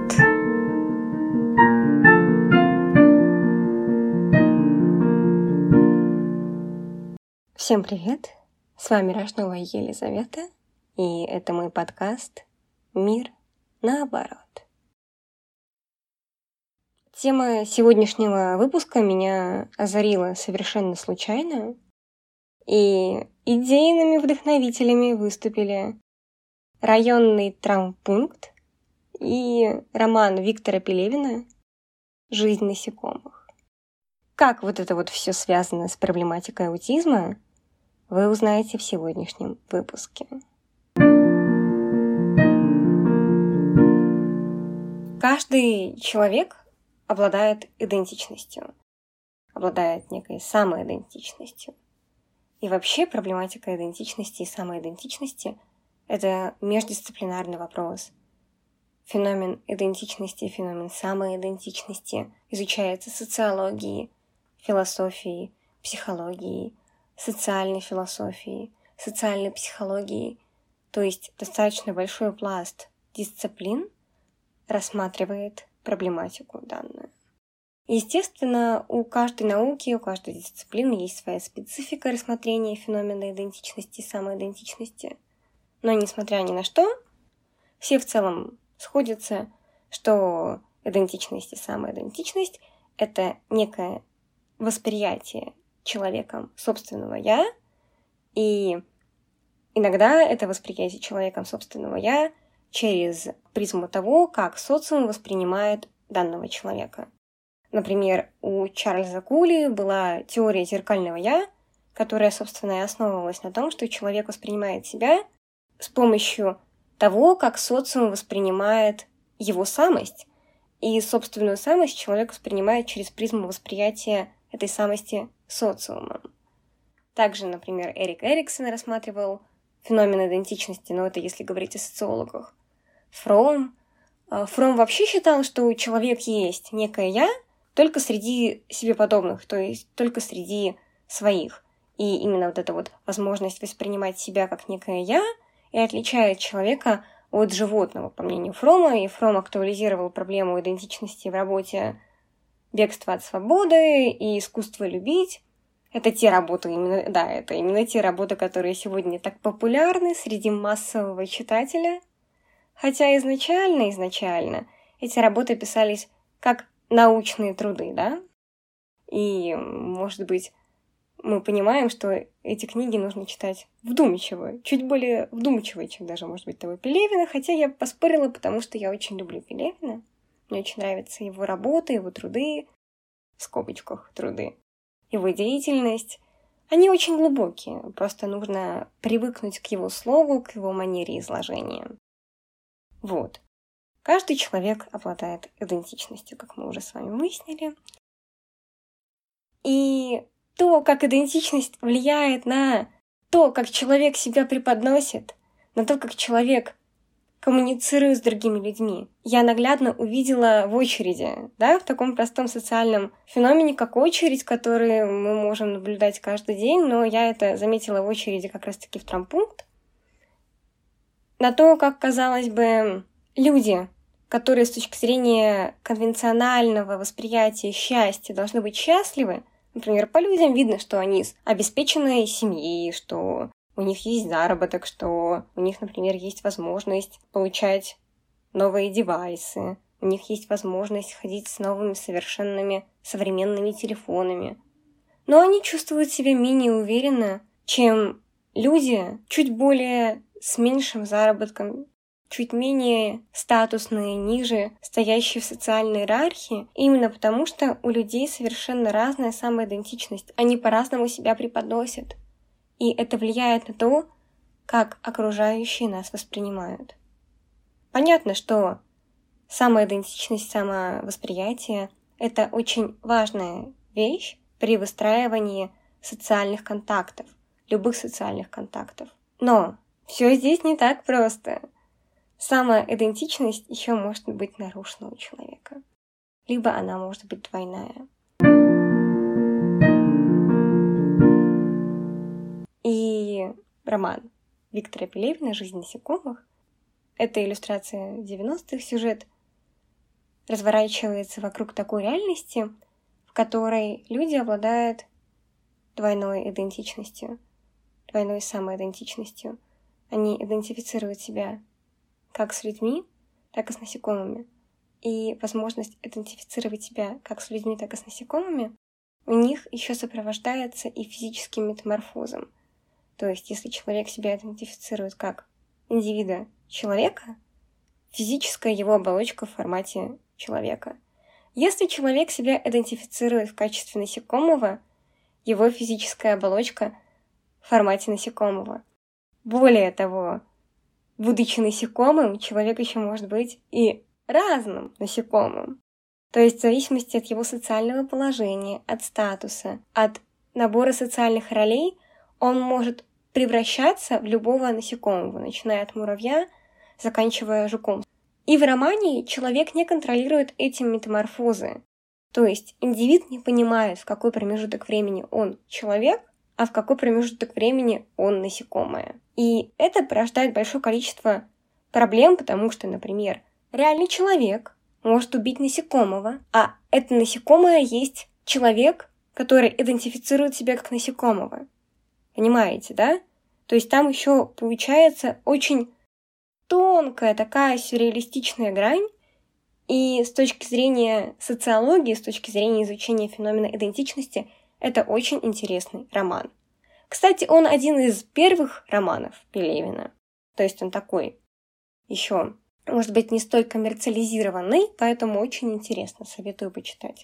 Всем привет! С вами Рожнова Елизавета, и это мой подкаст «Мир наоборот». Тема сегодняшнего выпуска меня озарила совершенно случайно, и идейными вдохновителями выступили районный травмпункт и роман Виктора Пелевина «Жизнь насекомых». Как вот это вот все связано с проблематикой аутизма, вы узнаете в сегодняшнем выпуске. Каждый человек обладает идентичностью, обладает некой самоидентичностью. И вообще проблематика идентичности и самоидентичности – это междисциплинарный вопрос. Феномен идентичности и феномен самоидентичности изучается социологией, философией, психологией, социальной философией, социальной психологией. То есть достаточно большой пласт дисциплин рассматривает проблематику данную. Естественно, у каждой науки, у каждой дисциплины есть своя специфика рассмотрения феномена идентичности и самоидентичности. Но несмотря ни на что, все в целом сходятся, что идентичность и самоидентичность – это некое восприятие человеком собственного «я», и иногда это восприятие человеком собственного «я» через призму того, как социум воспринимает данного человека. Например, у Чарльза Кули была теория зеркального «я», которая, собственно, и основывалась на том, что человек воспринимает себя с помощью того, как социум воспринимает его самость, и собственную самость человек воспринимает через призму восприятия этой самости социумом. Также, например, Эрик Эриксон рассматривал феномен идентичности, но это если говорить о социологах. Фром вообще считал, что человек есть некое «я» только среди себе подобных, то есть только среди своих. И именно вот эта вот возможность воспринимать себя как некое «я» и отличает человека от животного, по мнению Фрома. И Фром актуализировал проблему идентичности в работе «Бегство от свободы» и «Искусство любить». Это те работы, это именно те работы, которые сегодня так популярны среди массового читателя. Хотя изначально эти работы писались как научные труды, да? И, может быть, мы понимаем, что эти книги нужно читать вдумчиво, чуть более вдумчиво, чем даже, может быть, того Пелевина, хотя я поспорила, потому что я очень люблю Пелевина. Мне очень нравятся его работы, его труды, в скобочках труды, его деятельность. Они очень глубокие, просто нужно привыкнуть к его слову, к его манере изложения. Вот. Каждый человек обладает идентичностью, как мы уже с вами выяснили. И то, как идентичность влияет на то, как человек себя преподносит, на то, как человек коммуницирует с другими людьми, я наглядно увидела в очереди, да, в таком простом социальном феномене, как очередь, который мы можем наблюдать каждый день, но я это заметила в очереди как раз-таки в травмпункт, на то, как, казалось бы, люди, которые с точки зрения конвенционального восприятия счастья должны быть счастливы, например, по людям видно, что они из обеспеченной семьи, что у них есть заработок, что у них, например, есть возможность получать новые девайсы, у них есть возможность ходить с новыми совершенными современными телефонами. Но они чувствуют себя менее уверенно, чем люди чуть более с меньшим заработком, чуть менее статусные, ниже, стоящие в социальной иерархии, именно потому что у людей совершенно разная самоидентичность. Они по-разному себя преподносят. И это влияет на то, как окружающие нас воспринимают. Понятно, что самоидентичность, самовосприятие – это очень важная вещь при выстраивании социальных контактов, любых социальных контактов. Но все здесь не так просто. Самоидентичность еще может быть нарушена у человека. Либо она может быть двойная. И роман Виктора Пелевина «Жизнь насекомых» — это иллюстрация 90-х, сюжет разворачивается вокруг такой реальности, в которой люди обладают двойной идентичностью, двойной самоидентичностью. Они идентифицируют себя как с людьми, так и с насекомыми. И возможность идентифицировать себя как с людьми, так и с насекомыми у них еще сопровождается и физическим метаморфозом. То есть, если человек себя идентифицирует как индивида человека, физическая его оболочка в формате человека. Если человек себя идентифицирует в качестве насекомого, его физическая оболочка в формате насекомого. Более того, будучи насекомым, человек еще может быть и разным насекомым. То есть в зависимости от его социального положения, от статуса, от набора социальных ролей, он может превращаться в любого насекомого, начиная от муравья, заканчивая жуком. И в романе человек не контролирует эти метаморфозы. То есть индивид не понимает, в какой промежуток времени он человек, а в какой промежуток времени он насекомое. И это порождает большое количество проблем, потому что, например, реальный человек может убить насекомого, а это насекомое есть человек, который идентифицирует себя как насекомого. Понимаете, да? То есть там еще получается очень тонкая такая сюрреалистичная грань, и с точки зрения социологии, с точки зрения изучения феномена идентичности, это очень интересный роман. Кстати, он один из первых романов Пелевина. То есть он такой еще, может быть, не столь коммерциализированный, поэтому очень интересно, советую почитать.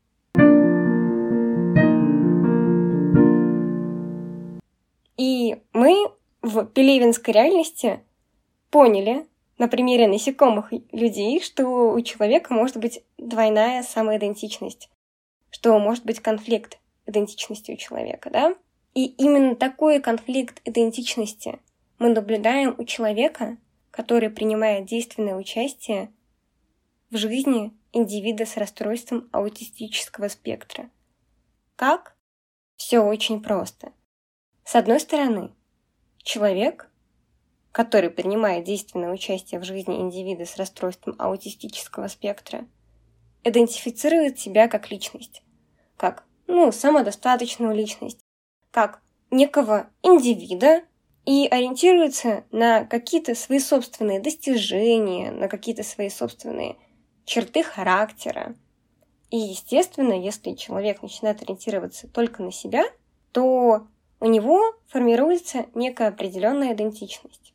И мы в пелевинской реальности поняли на примере насекомых людей, что у человека может быть двойная самоидентичность, что может быть конфликт идентичности у человека, да? И именно такой конфликт идентичности мы наблюдаем у человека, который принимает действенное участие в жизни индивида с расстройством аутистического спектра. Как? Все очень просто. С одной стороны, человек, который принимает действенное участие в жизни индивида с расстройством аутистического спектра, идентифицирует себя как личность, как, самодостаточную личность, как некого индивида и ориентируется на какие-то свои собственные достижения, на какие-то свои собственные черты характера. И, естественно, если человек начинает ориентироваться только на себя, то у него формируется некая определенная идентичность.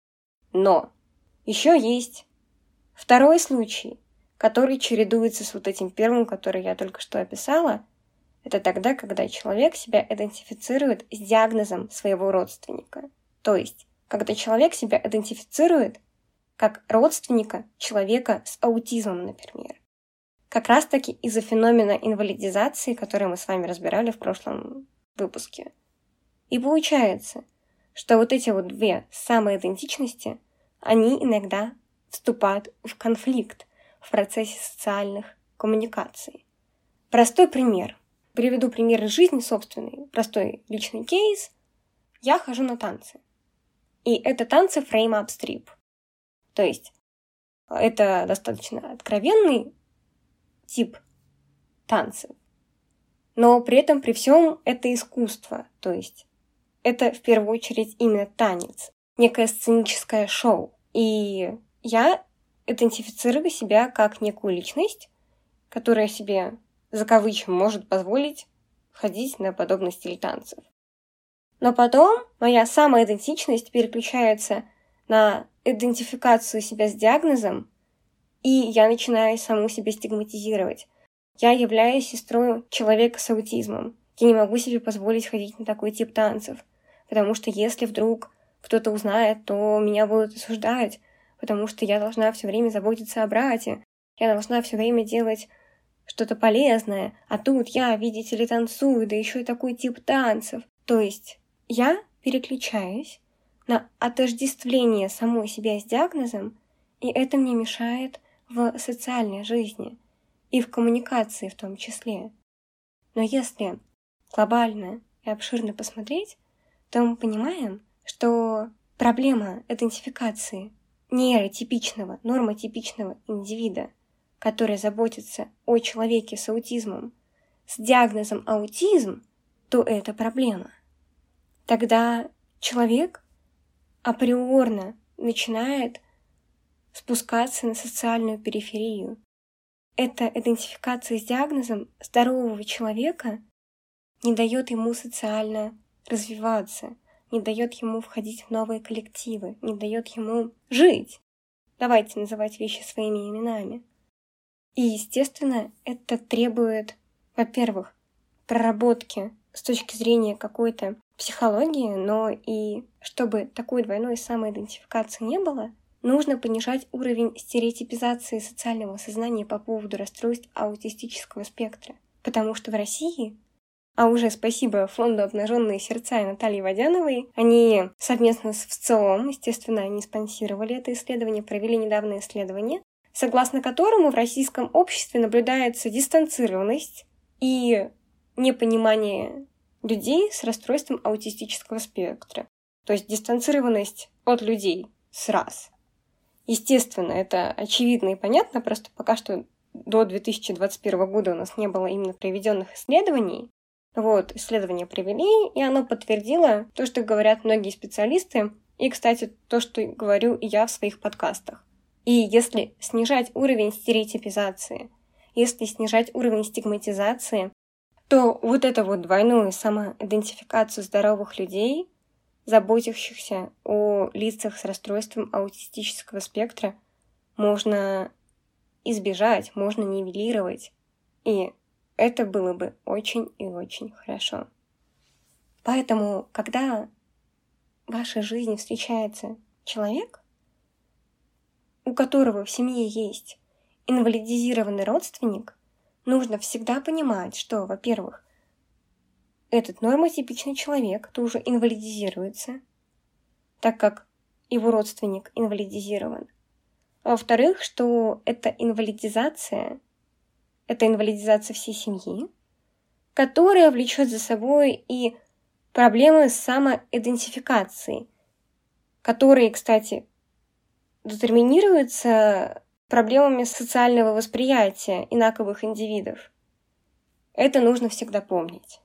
Но еще есть второй случай, который чередуется с вот этим первым, который я только что описала. Это тогда, когда человек себя идентифицирует с диагнозом своего родственника. То есть, когда человек себя идентифицирует как родственника человека с аутизмом, например. Как раз-таки из-за феномена инвалидизации, который мы с вами разбирали в прошлом выпуске. И получается, что вот эти вот две самоидентичности, они иногда вступают в конфликт в процессе социальных коммуникаций. Простой пример. Приведу пример из жизни собственный, простой личный кейс. Я хожу на танцы. И это танцы frame-up strip. То есть это достаточно откровенный тип танцев. Но при этом, при всем, это искусство. То есть это в первую очередь именно танец. Некое сценическое шоу. И я идентифицирую себя как некую личность, которая себе, за кавычком, может позволить ходить на подобный стиль танцев. Но потом моя самоидентичность переключается на идентификацию себя с диагнозом, и я начинаю саму себя стигматизировать. Я являюсь сестрой человека с аутизмом. Я не могу себе позволить ходить на такой тип танцев, потому что если вдруг кто-то узнает, то меня будут осуждать, потому что я должна все время заботиться о брате, я должна все время делать что-то полезное, а тут я, видите ли, танцую, да еще и такой тип танцев. То есть я переключаюсь на отождествление самой себя с диагнозом, и это мне мешает в социальной жизни и в коммуникации в том числе. Но если глобально и обширно посмотреть, то мы понимаем, что проблема идентификации нейротипичного, нормотипичного индивида который заботится о человеке с аутизмом, с диагнозом аутизм, то это проблема. Тогда человек априорно начинает спускаться на социальную периферию. Эта идентификация с диагнозом здорового человека не дает ему социально развиваться, не дает ему входить в новые коллективы, не дает ему жить. Давайте называть вещи своими именами. И, естественно, это требует, во-первых, проработки с точки зрения какой-то психологии, но и чтобы такой двойной самоидентификации не было, нужно понижать уровень стереотипизации социального сознания по поводу расстройств аутистического спектра. Потому что в России, а уже спасибо фонду «Обнаженные сердца» и Наталье Водяновой, они совместно с ВЦИОМ, естественно, они спонсировали это исследование, провели недавно исследование, согласно которому в российском обществе наблюдается дистанцированность и непонимание людей с расстройством аутистического спектра. То есть дистанцированность от людей раз. Естественно, это очевидно и понятно, просто пока что до 2021 года у нас не было именно проведенных исследований. Вот, исследования провели, и оно подтвердило то, что говорят многие специалисты, и, кстати, то, что говорю и я в своих подкастах. И если снижать уровень стереотипизации, если снижать уровень стигматизации, то вот эту вот двойную самоидентификацию здоровых людей, заботящихся о лицах с расстройством аутистического спектра, можно избежать, можно нивелировать. И это было бы очень и очень хорошо. Поэтому, когда в вашей жизни встречается человек, у которого в семье есть инвалидизированный родственник, нужно всегда понимать, что, во-первых, этот нормотипичный человек тоже инвалидизируется, так как его родственник инвалидизирован. А во-вторых, что это инвалидизация всей семьи, которая влечет за собой и проблемы с самоидентификацией, которые, кстати, детерминируются проблемами социального восприятия инаковых индивидов. Это нужно всегда помнить.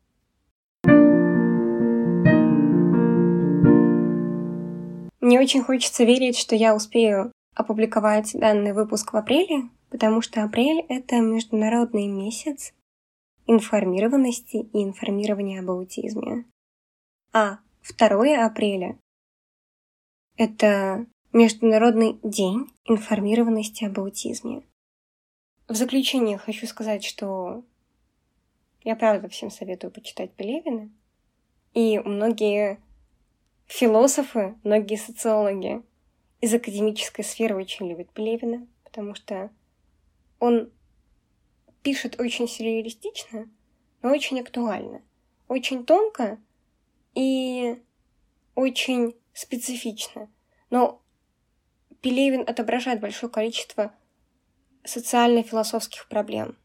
Мне очень хочется верить, что я успею опубликовать данный выпуск в апреле, потому что апрель — это международный месяц информированности и информирования об аутизме. А 2 апреля — это Международный день информированности об аутизме. В заключение хочу сказать, что я правда всем советую почитать Пелевина. И многие философы, многие социологи из академической сферы очень любят Пелевина, потому что он пишет очень сюрреалистично, но очень актуально, очень тонко и очень специфично. Но Пелевин отображает большое количество социально-философских проблем.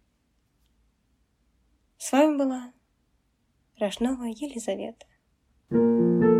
С вами была Рожнова Елизавета.